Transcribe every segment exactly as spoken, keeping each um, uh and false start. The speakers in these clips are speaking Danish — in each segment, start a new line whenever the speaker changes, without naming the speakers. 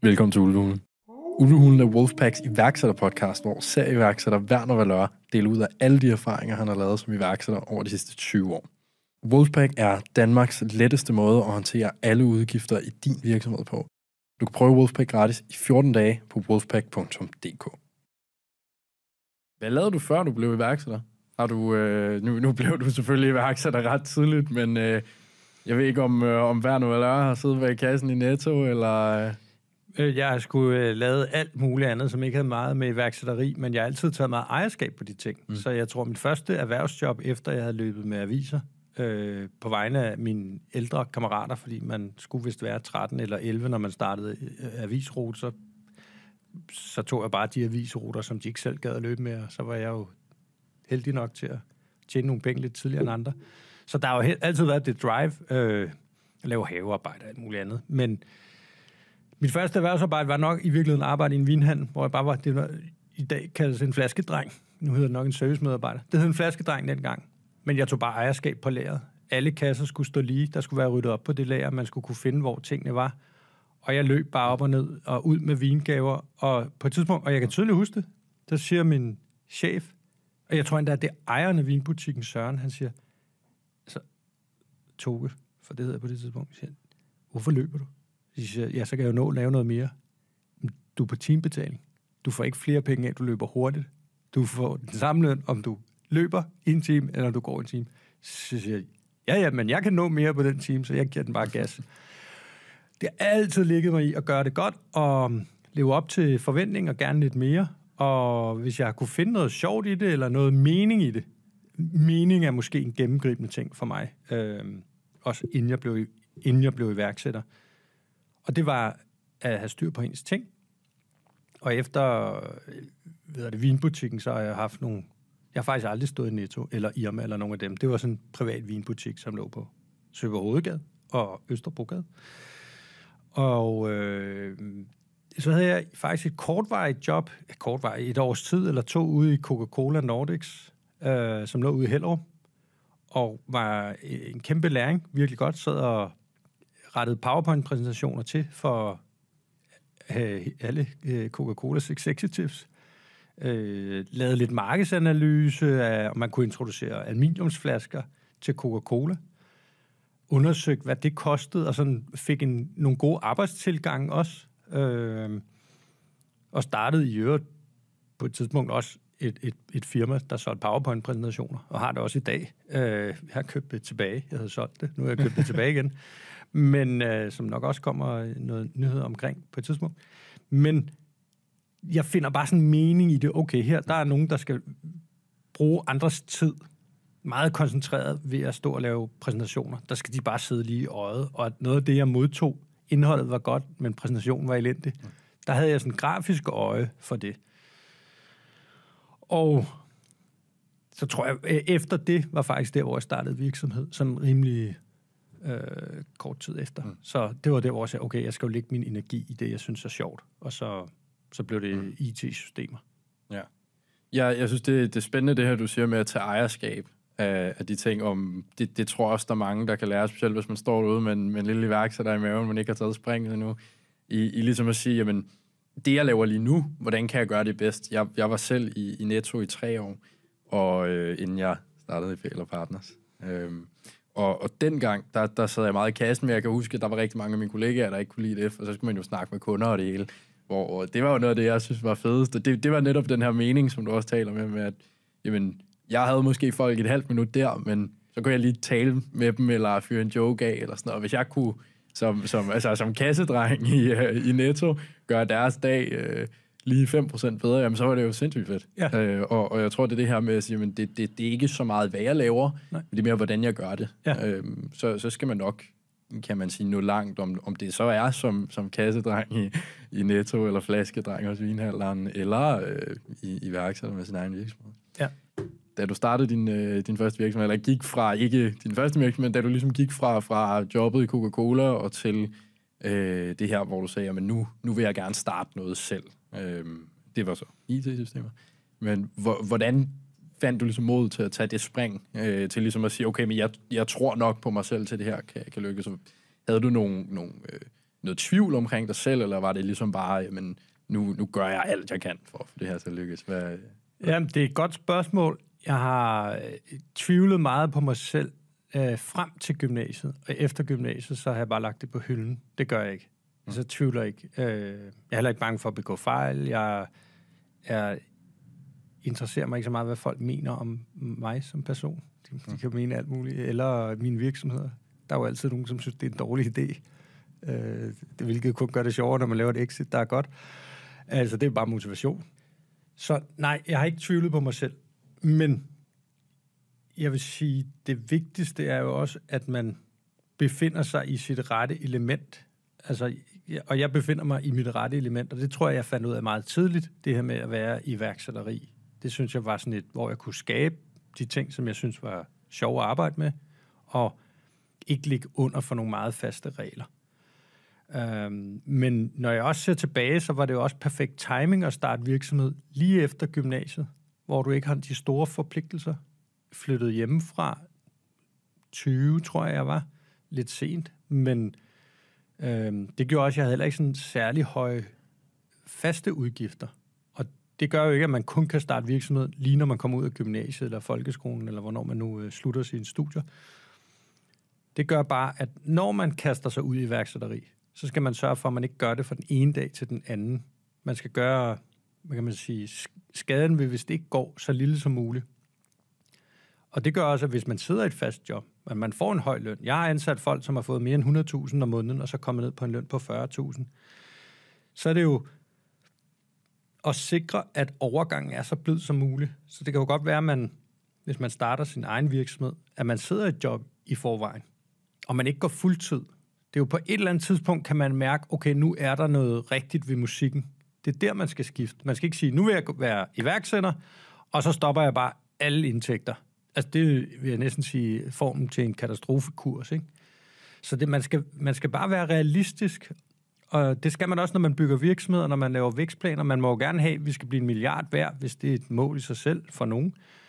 Velkommen til Ulvehulen. Ulvehulen er Wolfpacks iværksætterpodcast, hvor serieværksætter Werner Valeur deler ud af alle de erfaringer, han har lavet som iværksætter over de sidste tyve år. Wolfpack er Danmarks letteste måde at håndtere alle udgifter i din virksomhed på. Du kan prøve Wolfpack gratis i fjorten dage på wolfpack punktum d k. Hvad lavede du før du blev iværksætter? Har du, øh, nu, nu blev du selvfølgelig iværksætter ret tidligt, men øh, jeg ved ikke, om, øh, om Werner Valeur har siddet bag kassen i Netto, eller... Øh...
Jeg har sgu øh, lavet alt muligt andet, som ikke havde meget med iværksætteri, men jeg har altid taget meget ejerskab på de ting. Mm. Så jeg tror, mit første erhvervsjob, efter jeg havde løbet med aviser, øh, på vegne af mine ældre kammerater, fordi man skulle vist være tretten eller elleve, når man startede øh, avisrute, så, så tog jeg bare de avisruter, som de ikke selv gad at løbe med, og så var jeg jo heldig nok til at tjene nogle penge lidt tidligere end andre. Så der har jo altid været det drive, øh, at lave havearbejde og alt muligt andet. Men mit første erhvervsarbejde var nok i virkeligheden arbejde i en vinhandel, hvor jeg bare var, det var i dag kaldes en flaskedreng. Nu hedder det nok en servicemedarbejder. Det hed en flaskedreng dengang, men jeg tog bare ejerskab på lageret. Alle kasser skulle stå lige, der skulle være ryddet op på det lager, man skulle kunne finde, hvor tingene var. Og jeg løb bare op og ned og ud med vingaver, og på et tidspunkt, og jeg kan tydeligt huske det, der siger min chef, og jeg tror endda, at det er ejeren af vinbutikken, Søren, han siger, så, Toge, for det hedder på det tidspunkt, siger, hvorfor løber du? Så siger, ja, så kan jeg jo nå at lave noget mere. Du er på teambetaling. Du får ikke flere penge af, du løber hurtigt. Du får den samme løn, om du løber en time, eller om du går en time. Så siger jeg, ja, ja, men jeg kan nå mere på den time, så jeg giver den bare gas. Det har altid ligget mig i at gøre det godt, og leve op til forventninger, og gerne lidt mere. Og hvis jeg kunne finde noget sjovt i det, eller noget mening i det, mening er måske en gennemgribende ting for mig, øh, også inden jeg blev, inden jeg blev iværksætter. Og det var at have styr på ens ting. Og efter ved det, vinbutikken, så har jeg haft nogle... Jeg har faktisk aldrig stået i Netto eller Irma eller nogen af dem. Det var sådan en privat vinbutik, som lå på Søborg Hovedgade og Østerbrogade. Og øh, så havde jeg faktisk et kortvarigt job, et kortvarigt, et års tid eller to, ude i Coca-Cola Nordics, øh, som lå ude i Hellerup. Og var en kæmpe læring, virkelig godt. Sad og rettede PowerPoint-præsentationer til for øh, alle øh, Coca-Colas executives. Øh, lavede lidt markedsanalyse af, om man kunne introducere aluminiumsflasker til Coca-Cola. Undersøgte, hvad det kostede, og sådan fik en, nogle gode arbejdstilgange også. Øh, og startede i øvrigt på et tidspunkt også et, et, et firma, der solgte PowerPoint-præsentationer, og har det også i dag. Øh, jeg har købt det tilbage. Jeg havde solgt det. Nu har jeg købt det tilbage igen. Men øh, som nok også kommer noget nyhed omkring på et tidspunkt. Men jeg finder bare sådan en mening i det. Okay, her der er nogen, der skal bruge andres tid meget koncentreret ved at stå og lave præsentationer. Der skal de bare sidde lige i øjet. Og noget af det, jeg modtog, indholdet var godt, men præsentationen var elendig. Der havde jeg sådan en grafisk øje for det. Og så tror jeg, efter det var faktisk der, hvor jeg startede virksomhed. Sådan rimelig øh, kort tid efter. Mm. Så det var der, hvor jeg sagde, okay, jeg skal jo lægge min energi i det, jeg synes er sjovt. Og så, så blev det mm. I T-systemer. Ja.
Ja, jeg synes, det, det er spændende, det her, du siger med at tage ejerskab af, af de ting. Om, det, det tror jeg også, der er mange, der kan lære, specielt hvis man står derude med en, med en lille iværksætter i maven, man ikke har taget springet endnu. I, I ligesom at sige, jamen, det jeg laver lige nu, hvordan kan jeg gøre det bedst? Jeg, jeg var selv i, i Netto i tre år, og øh, inden jeg startede i Fæler Partners. Øhm, og, og dengang, der, der sad jeg meget i kassen, men jeg kan huske, at der var rigtig mange af mine kollegaer, der ikke kunne lide det, og så skulle man jo snakke med kunder og det hele. Hvor det var jo noget af det, jeg synes var fedest. Og det, det var netop den her mening, som du også taler med, med at jamen, jeg havde måske folk et halvt minut der, men så kunne jeg lige tale med dem, eller fyre en joke af, eller sådan noget. Og hvis jeg kunne, som, som, altså, som kassedreng i, uh, i Netto, gøre deres dag uh, lige fem procent bedre, jamen så var det jo sindssygt fedt. Ja. Uh, og, og jeg tror, det er det her med at sige, at det, det, det er ikke så meget, hvad jeg laver, Nej. men det er mere, hvordan jeg gør det. Ja. Uh, så, så skal man nok, kan man sige, nå langt, om, om det så er som, som kassedreng i, i Netto, eller flaskedreng hos vinhandleren, eller øh, i, i værksætter med sin egen virksomhed. Ja. Da du startede din, øh, din første virksomhed, eller gik fra, ikke din første virksomhed, men da du ligesom gik fra, fra jobbet i Coca-Cola og til øh, det her, hvor du sagde, men nu, nu vil jeg gerne starte noget selv. Øh, det var så I T-systemer. Men hvordan fandt du ligesom mod til at tage det spring, øh, til ligesom at sige, okay, men jeg, jeg tror nok på mig selv til det her kan, kan lykkes. Så havde du nogle, nogle, øh, noget tvivl omkring dig selv, eller var det ligesom bare, jamen, nu, nu gør jeg alt, jeg kan for at få det her til at lykkes? Hvad...
Jamen, det er et godt spørgsmål. Jeg har øh, tvivlet meget på mig selv øh, frem til gymnasiet, og efter gymnasiet, så har jeg bare lagt det på hylden. Det gør jeg ikke. Mm. Så tvivler jeg ikke. Øh, jeg er heller ikke bange for at begå fejl. Jeg er, interesserer mig ikke så meget, hvad folk mener om mig som person. De, de kan mene alt muligt. Eller mine virksomheder. Der er jo altid nogen, som synes, det er en dårlig idé. Øh, det hvilket kun gør det sjovere, når man laver et exit, der er godt. Altså, det er bare motivation. Så nej, jeg har ikke tvivlet på mig selv. Men jeg vil sige, det vigtigste er jo også, at man befinder sig i sit rette element. Altså, og jeg befinder mig i mit rette element, og det tror jeg, jeg fandt ud af meget tidligt, det her med at være iværksætteri. Det synes jeg var sådan et, hvor jeg kunne skabe de ting, som jeg synes var sjove at arbejde med, og ikke ligge under for nogle meget faste regler. Um, men når jeg også ser tilbage, så var det jo også perfekt timing at starte virksomhed lige efter gymnasiet, hvor du ikke har de store forpligtelser. Flyttede hjemmefra tyve, tror jeg, jeg var. Lidt sent, men øhm, det gjorde også, at jeg havde heller ikke sådan særlig høje faste udgifter. Og det gør jo ikke, at man kun kan starte virksomhed, lige når man kommer ud af gymnasiet eller folkeskolen, eller hvornår man nu øh, slutter sine studier. Det gør bare, at når man kaster sig ud i iværksætteri, så skal man sørge for, at man ikke gør det fra den ene dag til den anden. Man skal gøre, hvad kan man sige, skaden ved, hvis det ikke går, så lille som muligt. Og det gør også, at hvis man sidder i et fast job, at man får en høj løn. Jeg har ansat folk, som har fået mere end hundrede tusind om måneden, og så kommet ned på en løn på fyrre tusind. Så er det jo at sikre, at overgangen er så blød som muligt. Så det kan jo godt være, at man, hvis man starter sin egen virksomhed, at man sidder i et job i forvejen, og man ikke går fuldtid. Det er jo på et eller andet tidspunkt, kan man mærke, okay, nu er der noget rigtigt ved musikken. Det er der, man skal skifte. Man skal ikke sige, nu vil jeg være iværksætter, og så stopper jeg bare alle indtægter. Altså det vil jeg næsten sige formen til en katastrofekurs, ikke? Så det, man, skal, man skal bare være realistisk, og det skal man også, når man bygger virksomheder, når man laver vækstplaner. Man må jo gerne have, at vi skal blive en milliard værd, hvis det er et mål i sig selv for nogen.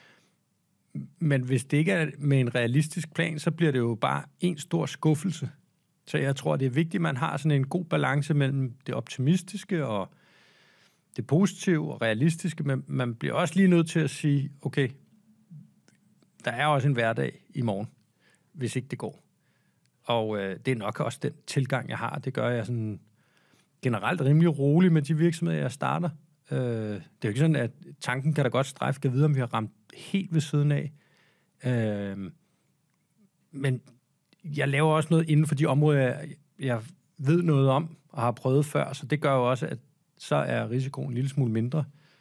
Men hvis det ikke er med en realistisk plan, så bliver det jo bare en stor skuffelse. Så jeg tror, det er vigtigt, at man har sådan en god balance mellem det optimistiske og det positive og realistiske, men man bliver også lige nødt til at sige, okay, der er også en hverdag i morgen, hvis ikke det går. Og øh, det er nok også den tilgang, jeg har. Det gør jeg sådan generelt rimelig rolig med de virksomheder, jeg starter. Øh, det er jo ikke sådan, at tanken kan da godt strejfe, kan vide, om vi har ramt helt ved siden af. Øh, men jeg laver også noget inden for de områder, jeg, jeg ved noget om og har prøvet før, så det gør jo også, at så er risikoen en lille smule mindre.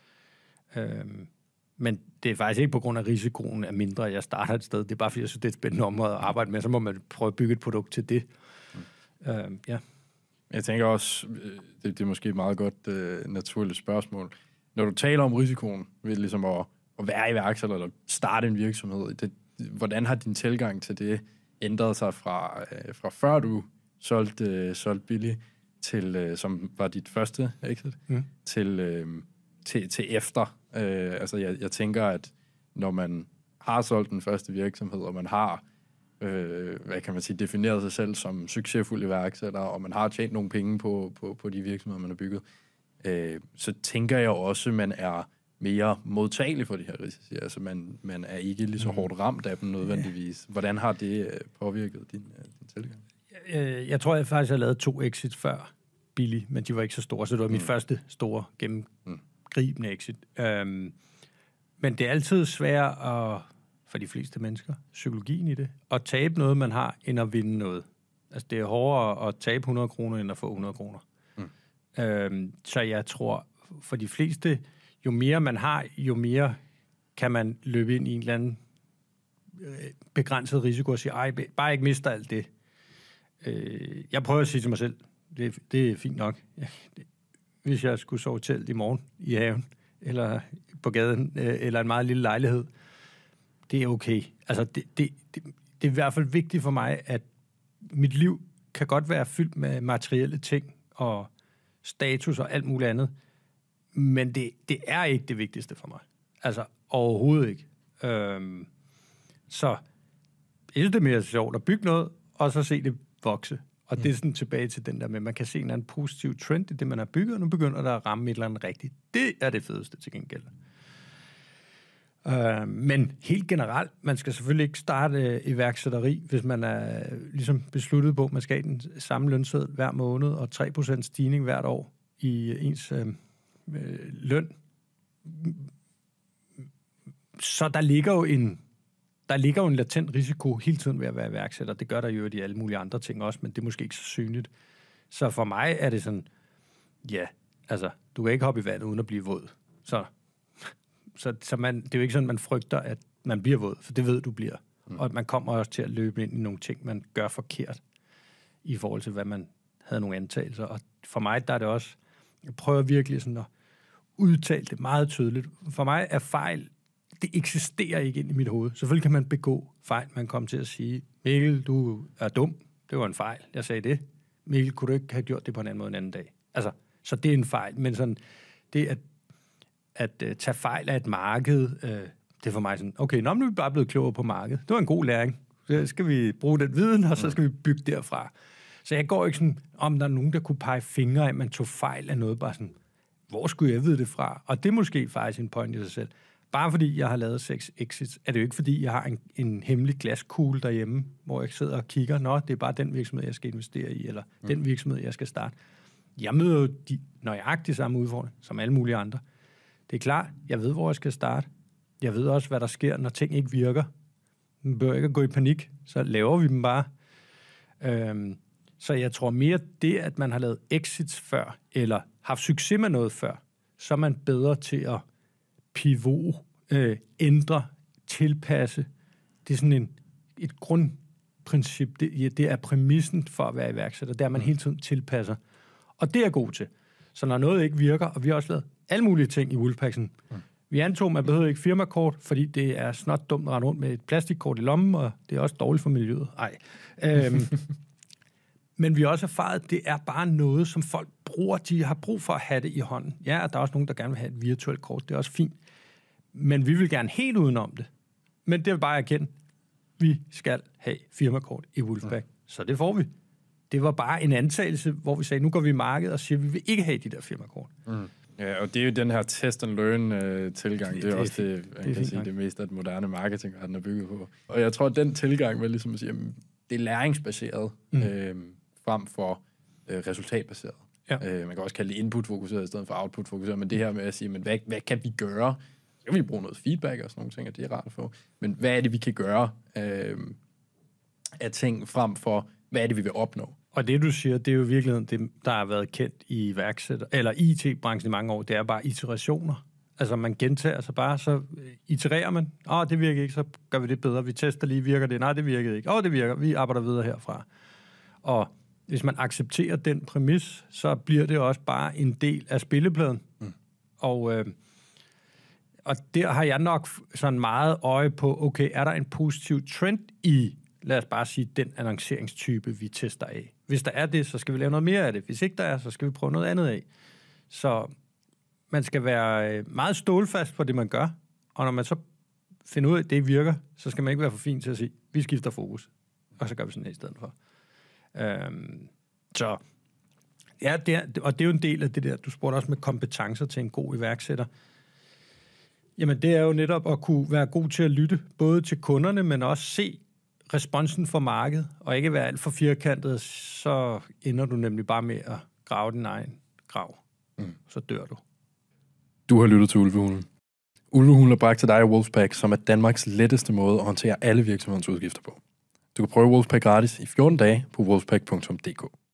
Øh, Men det er faktisk ikke på grund af risikoen er mindre, at jeg starter et sted. Det er bare fordi, jeg synes, det er et spændende område at arbejde med. Så må man prøve at bygge et produkt til det. Mm. Uh, ja.
Jeg tænker også, det, det er måske et meget godt uh, naturligt spørgsmål. Når du taler om risikoen ved ligesom at, at være iværksætter eller starte en virksomhed, det, hvordan har din tilgang til det ændret sig fra, uh, fra før du solgte, uh, solgte Billy, til, uh, som var dit første exit, mm. til... Uh, Til, til efter. Øh, altså, jeg, jeg tænker, at når man har solgt den første virksomhed, og man har, øh, hvad kan man sige, defineret sig selv som succesfuld iværksætter, og man har tjent nogle penge på, på, på de virksomheder, man har bygget, øh, så tænker jeg også, at man er mere modtagelig for de her risici. Altså, man, man er ikke lige så hårdt ramt af dem nødvendigvis. Hvordan har det påvirket din, din tilgang?
Jeg, jeg tror, jeg faktisk har lavet to exits før Billy, men de var ikke så store, så det var mm. mit første store gennem mm. gribende exit. Um, men det er altid svært at, for de fleste mennesker, psykologien i det, at tabe noget, man har, end at vinde noget. Altså, det er hårdere at tabe hundrede kroner, end at få hundrede kroner. Mm. Um, så jeg tror, for de fleste, jo mere man har, jo mere kan man løbe ind i en eller anden begrænset risiko og sige, ej, bare ikke mister alt det. Uh, jeg prøver at sige til mig selv, det, det er fint nok. Ja, det, hvis jeg skulle sove telt i morgen i haven, eller på gaden, eller en meget lille lejlighed, det er okay. Altså, det, det, det, det er i hvert fald vigtigt for mig, at mit liv kan godt være fyldt med materielle ting, og status og alt muligt andet, men det, det er ikke det vigtigste for mig. Altså, overhovedet ikke. Øhm, så jeg synes, det er mere sjovt at bygge noget, og så se det vokse. Og mm. det er sådan tilbage til den der med, at man kan se en anden positiv trend i det, man har bygget, og nu begynder der at ramme et eller andet rigtigt. Det er det fedeste til gengæld. Uh, men helt generelt, man skal selvfølgelig ikke starte iværksætteri, hvis man er ligesom besluttet på, at man skal have den samme lønseddel hver måned, og tre procent stigning hvert år i ens øh, øh, løn. Så der ligger jo en der ligger jo en latent risiko hele tiden ved at være iværksætter. Det gør der jo i alle mulige andre ting også, men det er måske ikke så synligt. Så for mig er det sådan, ja, altså, du kan ikke hoppe i vandet uden at blive våd. Så, så, så man, det er jo ikke sådan, man frygter, at man bliver våd, for det ved du bliver. Mm. Og man kommer også til at løbe ind i nogle ting, man gør forkert, i forhold til, hvad man havde nogle antagelser. Og for mig, der er det også, jeg prøver virkelig sådan at udtale det meget tydeligt. For mig er fejl, det eksisterer ikke ind i mit hoved. Selvfølgelig kan man begå fejl. Man kommer til at sige, Mikkel, du er dum. Det var en fejl. Jeg sagde det. Mikkel, kunne du ikke have gjort det på en anden måde en anden dag? Altså, så det er en fejl. Men sådan, det at, at uh, tage fejl af et marked, uh, det er for mig sådan, okay, nå, nu er vi bare blevet klogere på markedet. Det var en god læring. Så skal vi bruge den viden, og så skal vi bygge derfra. Så jeg går ikke sådan, om der er nogen, der kunne pege fingre af, at man tog fejl af noget, bare sådan, hvor skulle jeg vide det fra? Og det er måske faktisk en point i sig selv. Bare fordi jeg har lavet seks exits, er det jo ikke fordi, jeg har en, en hemmelig glaskugle derhjemme, hvor jeg sidder og kigger, nå, det er bare den virksomhed, jeg skal investere i, eller mm. den virksomhed, jeg skal starte. Jeg møder jo de nøjagtigt samme udfordringer, som alle mulige andre. Det er klart, jeg ved, hvor jeg skal starte. Jeg ved også, hvad der sker, når ting ikke virker. Man bør ikke at gå i panik, så laver vi dem bare. Øhm, så jeg tror mere det, at man har lavet exits før, eller haft succes med noget før, så er man bedre til at pivot, øh, ændre, tilpasse. Det er sådan en, et grundprincip. Det, ja, det er præmissen for at være iværksætter. Det er, at man hele tiden tilpasser. Og det er god til. Så når noget ikke virker, og vi har også lavet alle mulige ting i Wolfpack, mm. vi antog, man behøver ikke firmakort, fordi det er snot dumt at rende rundt med et plastikkort i lommen, og det er også dårligt for miljøet. Ej. Øhm, men vi har også erfaret, at det er bare noget, som folk bruger. De har brug for at have det i hånden. Ja, og der er også nogen, der gerne vil have et virtuelt kort. Det er også fint. Men vi vil gerne helt udenom det. Men det er bare at erkende, vi skal have firmakort i Wolfpack. Ja. Så det får vi. Det var bare en antagelse, hvor vi sagde, nu går vi i markedet og siger, at vi vil ikke have de der firmakort.
Mm. Ja, og det er jo den her test and learn uh, tilgang. Det, det er det, også det, det, jeg det kan sige, det meste af den moderne marketingverden er bygget på. Og jeg tror, at den tilgang vil ligesom at sige, at det er læringsbaseret mm. øh, frem for øh, resultatbaseret. Ja. Øh, man kan også kalde det input-fokuseret i stedet for output-fokuseret, men det her med at sige, men hvad, hvad kan vi gøre? Så kan vi bruge noget feedback og sådan nogle ting, og det er rart at få. Men hvad er det, vi kan gøre øh, af ting frem for, hvad er det, vi vil opnå? Og det, du siger, det er jo i virkeligheden det, der har været kendt i iværksætter, eller I T-branchen i mange år, det er bare iterationer. Altså, man gentager sig bare, så itererer man. Åh, oh, det virker ikke, så gør vi det bedre. Vi tester lige, virker det? Nej, det virkede ikke. Åh, oh, det virker. Vi arbejder videre herfra. Og hvis man accepterer den præmis, så bliver det også bare en del af spillepladen. Mm. Og, øh, og der har jeg nok sådan meget øje på, okay, er der en positiv trend i, lad os bare sige, den annonceringstype, vi tester af. Hvis der er det, så skal vi lave noget mere af det. Hvis ikke der er, så skal vi prøve noget andet af. Så man skal være meget stålfast på det, man gør. Og når man så finder ud af, at det virker, så skal man ikke være for fin til at sige, vi skifter fokus. Og så gør vi sådan her i stedet for. Øhm, så, ja, det er, og det er jo en del af det der, du spurgte også med kompetencer til en god iværksætter. Jamen, det er jo netop at kunne være god til at lytte, både til kunderne, men også se responsen fra markedet, og ikke være alt for firkantet, så ender du nemlig bare med at grave din egen grav. Mm. Så dør du.
Du har lyttet til Ulvehulen. Ulvehulen er bragt til dig af Wolfpack, som er Danmarks letteste måde at håndtere alle virksomhedens udgifter på. Du kan prøve Wolfpack gratis i fjorten dage på wolfpack punktum d k.